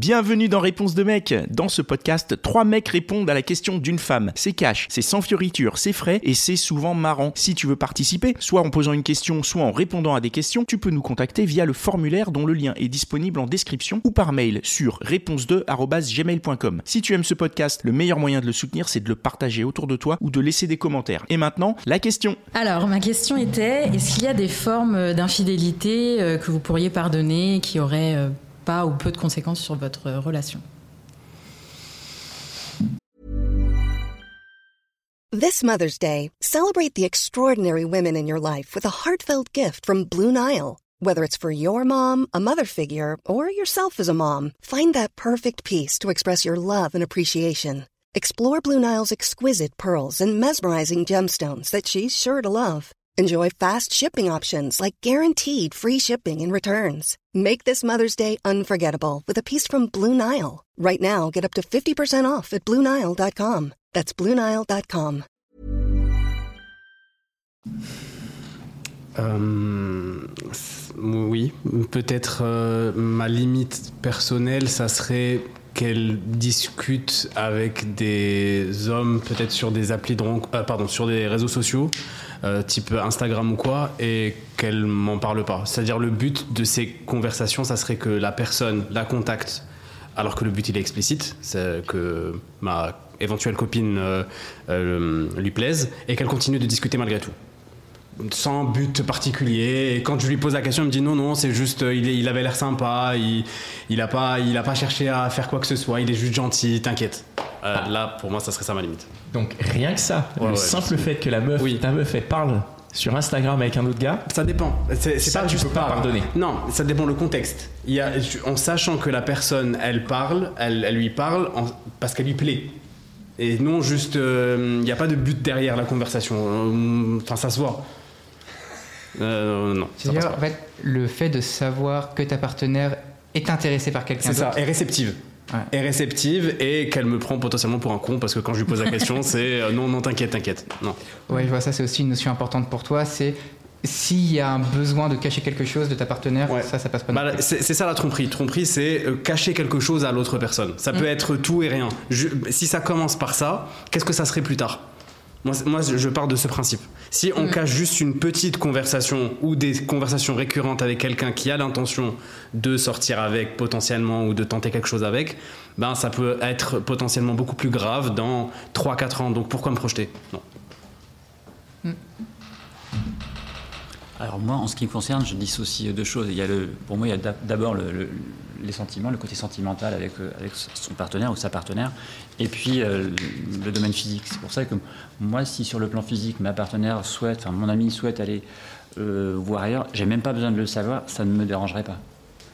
Bienvenue dans Réponse de mec. Dans ce podcast, 3 mecs répondent à la question d'une femme. C'est cash, c'est sans fioriture, c'est frais et c'est souvent marrant. Si tu veux participer, soit en posant une question, soit en répondant à des questions, tu peux nous contacter via le formulaire dont le lien est disponible en description ou par mail sur réponse2@gmail.com. Si tu aimes ce podcast, le meilleur moyen de le soutenir, c'est de le partager autour de toi ou de laisser des commentaires. Et maintenant, la question. Alors, ma question était, est-ce qu'il y a des formes d'infidélité que vous pourriez pardonner, qui auraient pas ou peu de conséquences sur votre relation? This Mother's Day, celebrate the extraordinary women in your life with a heartfelt gift from Blue Nile. Whether it's for your mom, a mother figure, or yourself as a mom, find that perfect piece to express your love and appreciation. Explore Blue Nile's exquisite pearls and mesmerizing gemstones that she's sure to love. Enjoy fast shipping options like guaranteed free shipping and returns. Make this Mother's Day unforgettable with a piece from Blue Nile. Right now, get up to 50% off at BlueNile.com. That's BlueNile.com. Oui, peut-être ma limite personnelle, ça serait qu'elle discute avec des hommes, peut-être sur des applis sur des réseaux sociaux, type Instagram ou quoi, et qu'elle m'en parle pas. C'est-à-dire le but de ces conversations, ça serait que la personne la contacte, alors que le but il est explicite, c'est que ma éventuelle copine lui plaise, et qu'elle continue de discuter malgré tout. Sans but particulier, et quand je lui pose la question, il me dit non, c'est juste il avait l'air sympa, il a pas cherché à faire quoi que ce soit, il est juste gentil, t'inquiète. Là pour moi ça serait ça ma limite. Donc rien que ça, le simple fait que ta meuf elle parle sur Instagram avec un autre gars, ça dépend. C'est ça pas tu peux pas pardonner. Non, ça dépend le contexte. En sachant que la personne elle lui parle parce qu'elle lui plaît. Et non juste il n'y a pas de but derrière la conversation. Enfin ça se voit. Non. C'est-à-dire, en fait, le fait de savoir que ta partenaire est intéressée par quelqu'un d'autre. C'est ça, est réceptive. Ouais. Est réceptive et qu'elle me prend potentiellement pour un con parce que quand je lui pose la question, c'est non, t'inquiète. Non. Ouais, je vois, ça c'est aussi une notion importante pour toi. C'est s'il y a un besoin de cacher quelque chose de ta partenaire, ça passe pas. C'est ça la tromperie. Tromperie, c'est cacher quelque chose à l'autre personne. Ça peut être tout et rien. Si ça commence par ça, qu'est-ce que ça serait plus tard ? Moi, je pars de ce principe. Si on cache juste une petite conversation ou des conversations récurrentes avec quelqu'un qui a l'intention de sortir avec potentiellement ou de tenter quelque chose avec, ben ça peut être potentiellement beaucoup plus grave dans 3-4 ans. Donc pourquoi me projeter ? Non. Alors moi, en ce qui me concerne, je dissocie deux choses. Pour moi, il y a d'abord les sentiments, le côté sentimental avec son partenaire ou sa partenaire, et puis le domaine physique. C'est pour ça que moi, si sur le plan physique, mon ami souhaite aller voir ailleurs, j'ai même pas besoin de le savoir, ça ne me dérangerait pas.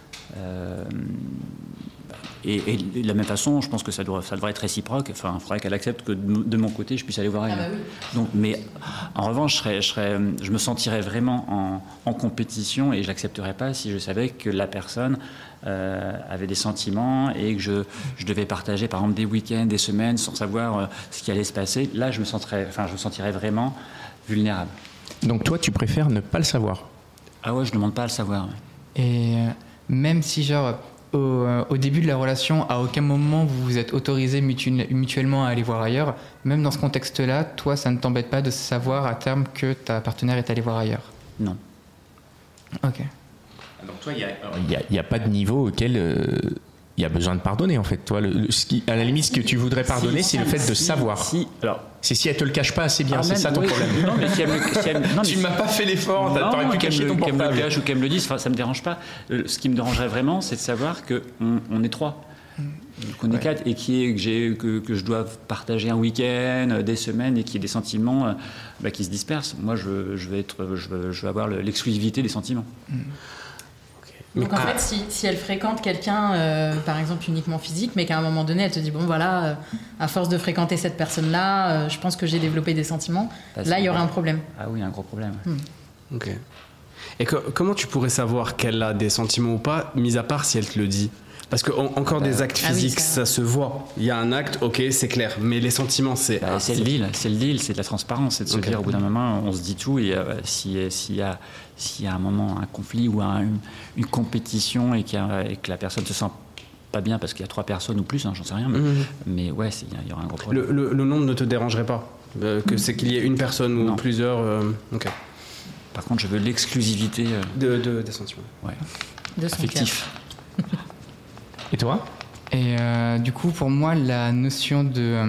Et de la même façon, je pense que ça devrait être réciproque. Enfin, il faudrait qu'elle accepte que de mon côté, je puisse aller voir ailleurs. Oui. Donc, mais en revanche, je me sentirais vraiment en compétition et je l'accepterais pas si je savais que la personne avait des sentiments et que je devais partager, par exemple, des week-ends, des semaines, sans savoir ce qui allait se passer. Là, je me sentirais vraiment vulnérable. Donc toi, tu préfères ne pas le savoir ? Ah ouais, je demande pas à le savoir. Ouais. Et même si au début de la relation, à aucun moment vous vous êtes autorisé mutuellement à aller voir ailleurs, même dans ce contexte-là, toi, ça ne t'embête pas de savoir à terme que ta partenaire est allée voir ailleurs ? Non. Ok. Donc toi, il n'y a pas de niveau auquel il y a besoin de pardonner en fait. Toi, à la limite, ce que tu voudrais pardonner, c'est le fait de savoir. C'est si elle te le cache pas assez bien, c'est ça ton problème. Non, mais si elle tu m'as pas fait l'effort, t'aurais pu cacher ton portable. Qu'elle me le cache ou qu'elle me le dise, ça me dérange pas. Ce qui me dérangerait vraiment, c'est de savoir qu'on est 3. Qu'on est 4 et que je dois partager un week-end, des semaines et qu'il y ait des sentiments qui se dispersent. Moi, je veux avoir l'exclusivité des sentiments. Donc en fait, si elle fréquente quelqu'un, par exemple uniquement physique, mais qu'à un moment donné, elle te dit bon voilà, à force de fréquenter cette personne-là, je pense que j'ai développé des sentiments. Là, il y aura un problème. Ah oui, un gros problème. Ok. Et comment tu pourrais savoir qu'elle a des sentiments ou pas, mis à part si elle te le dit ? Parce que encore des actes physiques, ça se voit. Il y a un acte, ok, c'est clair. Mais les sentiments, c'est le deal, c'est de la transparence, c'est de se dire au bout d'un moment, on se dit tout et s'il y a un moment un conflit ou une compétition et que la personne se sent pas bien parce qu'il y a 3 personnes ou plus, j'en sais rien, mais ouais, il y aura un gros problème. Le nombre ne te dérangerait pas que c'est qu'il y ait une personne ou plusieurs ok. Par contre, je veux l'exclusivité des sentiments. Ouais. De son affectif. Et toi ? Et du coup, pour moi, la notion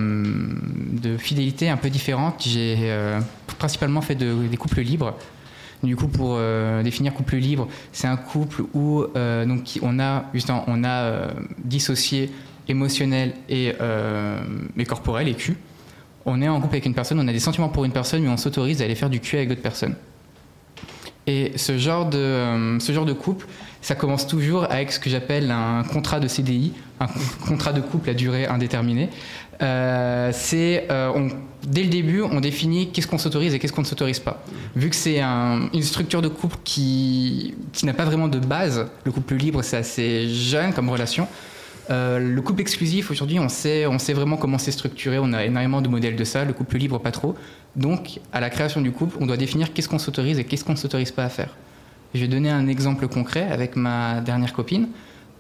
de fidélité est un peu différente. J'ai principalement fait des couples libres. Du coup, pour définir couple libre, c'est un couple où donc on a dissocié émotionnel et corporel et cul. On est en couple avec une personne, on a des sentiments pour une personne, mais on s'autorise à aller faire du cul avec d'autres personnes. Et ce genre de couple, ça commence toujours avec ce que j'appelle un contrat de CDI, un contrat de couple à durée indéterminée. Dès le début, on définit qu'est-ce qu'on s'autorise et qu'est-ce qu'on ne s'autorise pas. Vu que c'est une structure de couple qui n'a pas vraiment de base, le couple libre, c'est assez jeune comme relation. Le couple exclusif, aujourd'hui, on sait vraiment comment c'est structuré. On a énormément de modèles de ça. Le couple libre, pas trop. Donc, à la création du couple, on doit définir qu'est-ce qu'on s'autorise et qu'est-ce qu'on ne s'autorise pas à faire. Je vais donner un exemple concret avec ma dernière copine.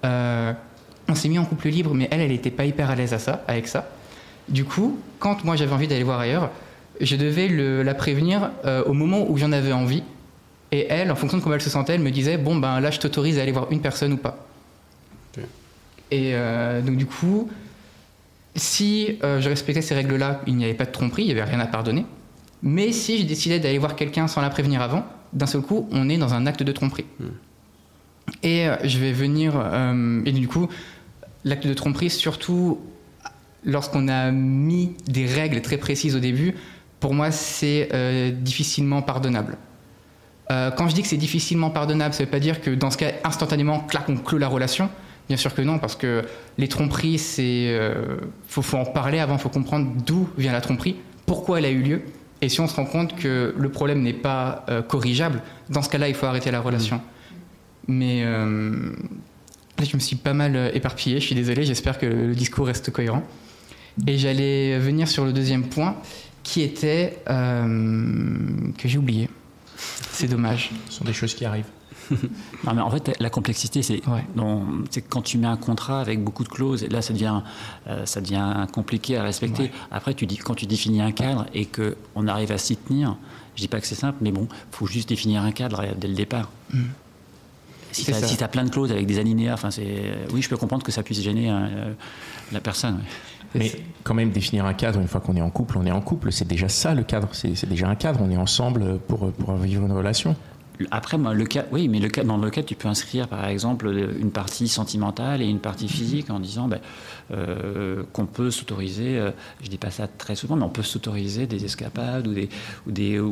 On s'est mis en couple libre, mais elle n'était pas hyper à l'aise avec ça. Du coup, quand moi j'avais envie d'aller voir ailleurs, je devais la prévenir au moment où j'en avais envie. Et elle, en fonction de comment elle se sentait, elle me disait « Bon, ben là, je t'autorise à aller voir une personne ou pas. Okay. » Et donc du coup, si je respectais ces règles-là, il n'y avait pas de tromperie, il n'y avait rien à pardonner. Mais si je décidais d'aller voir quelqu'un sans la prévenir avant, d'un seul coup, on est dans un acte de tromperie. Et je vais venir... et du coup, l'acte de tromperie, surtout lorsqu'on a mis des règles très précises au début, pour moi, c'est difficilement pardonnable. Quand je dis que c'est difficilement pardonnable, ça ne veut pas dire que dans ce cas, instantanément, clac, on clôt la relation. Bien sûr que non, parce que les tromperies, faut en parler avant, il faut comprendre d'où vient la tromperie, pourquoi elle a eu lieu. Et si on se rend compte que le problème n'est pas corrigeable, dans ce cas-là, il faut arrêter la relation. Mais je me suis pas mal éparpillé, je suis désolé, j'espère que le discours reste cohérent. Et j'allais venir sur le deuxième point, qui était que j'ai oublié. C'est dommage. Ce sont des choses qui arrivent. Non, mais en fait, la complexité, c'est quand tu mets un contrat avec beaucoup de clauses, et là, ça devient compliqué à respecter. Ouais. Après, quand tu définis un cadre et qu'on arrive à s'y tenir, je dis pas que c'est simple, mais bon, il faut juste définir un cadre dès le départ. Si tu as plein de clauses avec des alinéas, oui, je peux comprendre que ça puisse gêner la personne. Ouais. Mais quand même, définir un cadre, une fois qu'on est en couple, c'est déjà ça le cadre, c'est déjà un cadre, on est ensemble pour vivre une relation. Après, moi, dans le cadre, tu peux inscrire, par exemple, une partie sentimentale et une partie physique en disant qu'on peut s'autoriser, je dis pas ça très souvent, mais on peut s'autoriser des escapades ou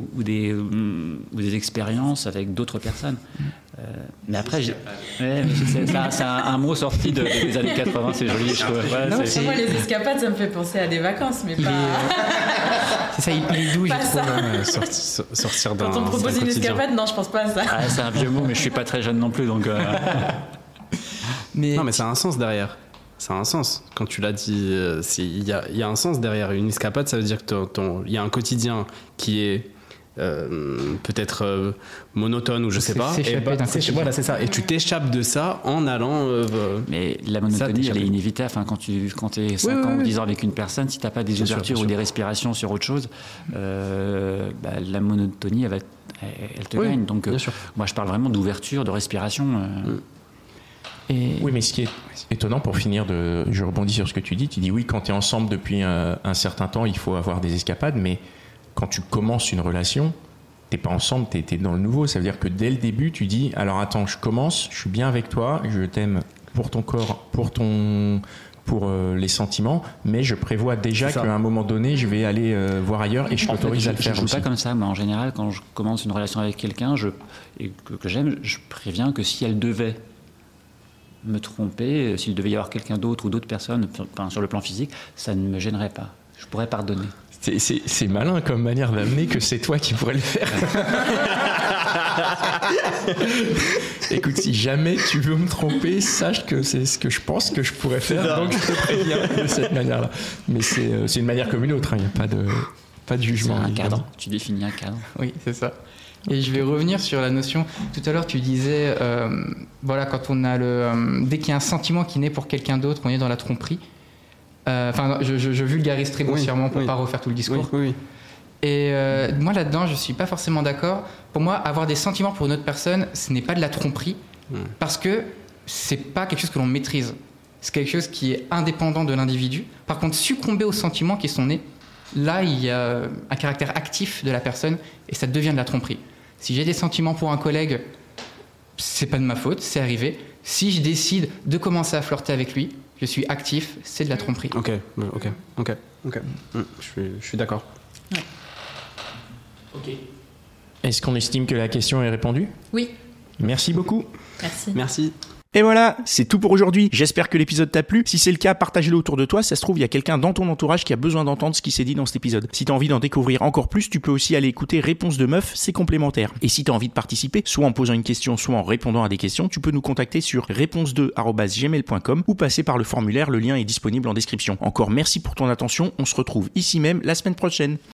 des expériences avec d'autres personnes. Mais après, c'est un mot sorti des années 80, c'est joli, je trouve. Ouais, moi, les escapades, ça me fait penser à des vacances, mais pas... C'est ça, il est doux, je trouve. Sortir d'un... Quand on me propose une escapade, non, je pense pas à ça. Ah, c'est un vieux mot, mais je suis pas très jeune non plus, donc... Non, mais ça a un sens derrière. Ça a un sens. Quand tu l'as dit, il y a un sens derrière. Une escapade, ça veut dire qu'il y a un quotidien qui est peut-être monotone ou je sais pas. Voilà, c'est ça. Et tu t'échappes de ça en allant. Mais la monotonie, elle est inévitable. Enfin, quand tu es 5 ans ou 10 ans avec une personne, si tu n'as pas des ouvertures ou des respirations sur autre chose, la monotonie, elle te gagne. Donc, moi, je parle vraiment d'ouverture, de respiration. Oui, mais ce qui est étonnant, pour finir, je rebondis sur ce que tu dis oui, quand tu es ensemble depuis un certain temps, il faut avoir des escapades, mais quand tu commences une relation, t'es pas ensemble, t'es dans le nouveau. Ça veut dire que dès le début, tu dis, alors attends, je commence, je suis bien avec toi, je t'aime pour ton corps, pour les sentiments, mais je prévois déjà qu'à un moment donné, je vais aller voir ailleurs et je t'autorise à le faire aussi. Je ne joue pas comme ça, mais en général, quand je commence une relation avec quelqu'un que j'aime, je préviens que si elle devait me tromper, s'il devait y avoir quelqu'un d'autre ou d'autres personnes, sur le plan physique, ça ne me gênerait pas. Je pourrais pardonner. C'est malin comme manière d'amener que c'est toi qui pourrais le faire. Écoute, si jamais tu veux me tromper, sache que c'est ce que je pense que je pourrais faire, donc je te préviens de cette manière-là. Mais c'est une manière comme une autre, il n'y a pas de jugement. C'est un cadre, tu définis un cadre. Oui, c'est ça. Et je vais revenir sur la notion. Tout à l'heure, tu disais, voilà, quand on a dès qu'il y a un sentiment qui naît pour quelqu'un d'autre, on est dans la tromperie. Enfin, je vulgarise très grossièrement pour pas refaire tout le discours. Oui. Et moi, là-dedans, je suis pas forcément d'accord. Pour moi, avoir des sentiments pour une autre personne, ce n'est pas de la tromperie, parce que c'est pas quelque chose que l'on maîtrise. C'est quelque chose qui est indépendant de l'individu. Par contre, succomber aux sentiments qui sont nés, là, il y a un caractère actif de la personne et ça devient de la tromperie. Si j'ai des sentiments pour un collègue, c'est pas de ma faute, c'est arrivé. Si je décide de commencer à flirter avec lui, je suis actif, c'est de la tromperie. Ok. Je suis d'accord. Ouais. Ok. Est-ce qu'on estime que la question est répondue ? Oui. Merci beaucoup. Merci. Et voilà, c'est tout pour aujourd'hui. J'espère que l'épisode t'a plu. Si c'est le cas, partage-le autour de toi. Ça se trouve, il y a quelqu'un dans ton entourage qui a besoin d'entendre ce qui s'est dit dans cet épisode. Si t'as envie d'en découvrir encore plus, tu peux aussi aller écouter Réponse de Meuf, c'est complémentaire. Et si t'as envie de participer, soit en posant une question, soit en répondant à des questions, tu peux nous contacter sur réponse2@gmail.com ou passer par le formulaire. Le lien est disponible en description. Encore merci pour ton attention. On se retrouve ici même la semaine prochaine.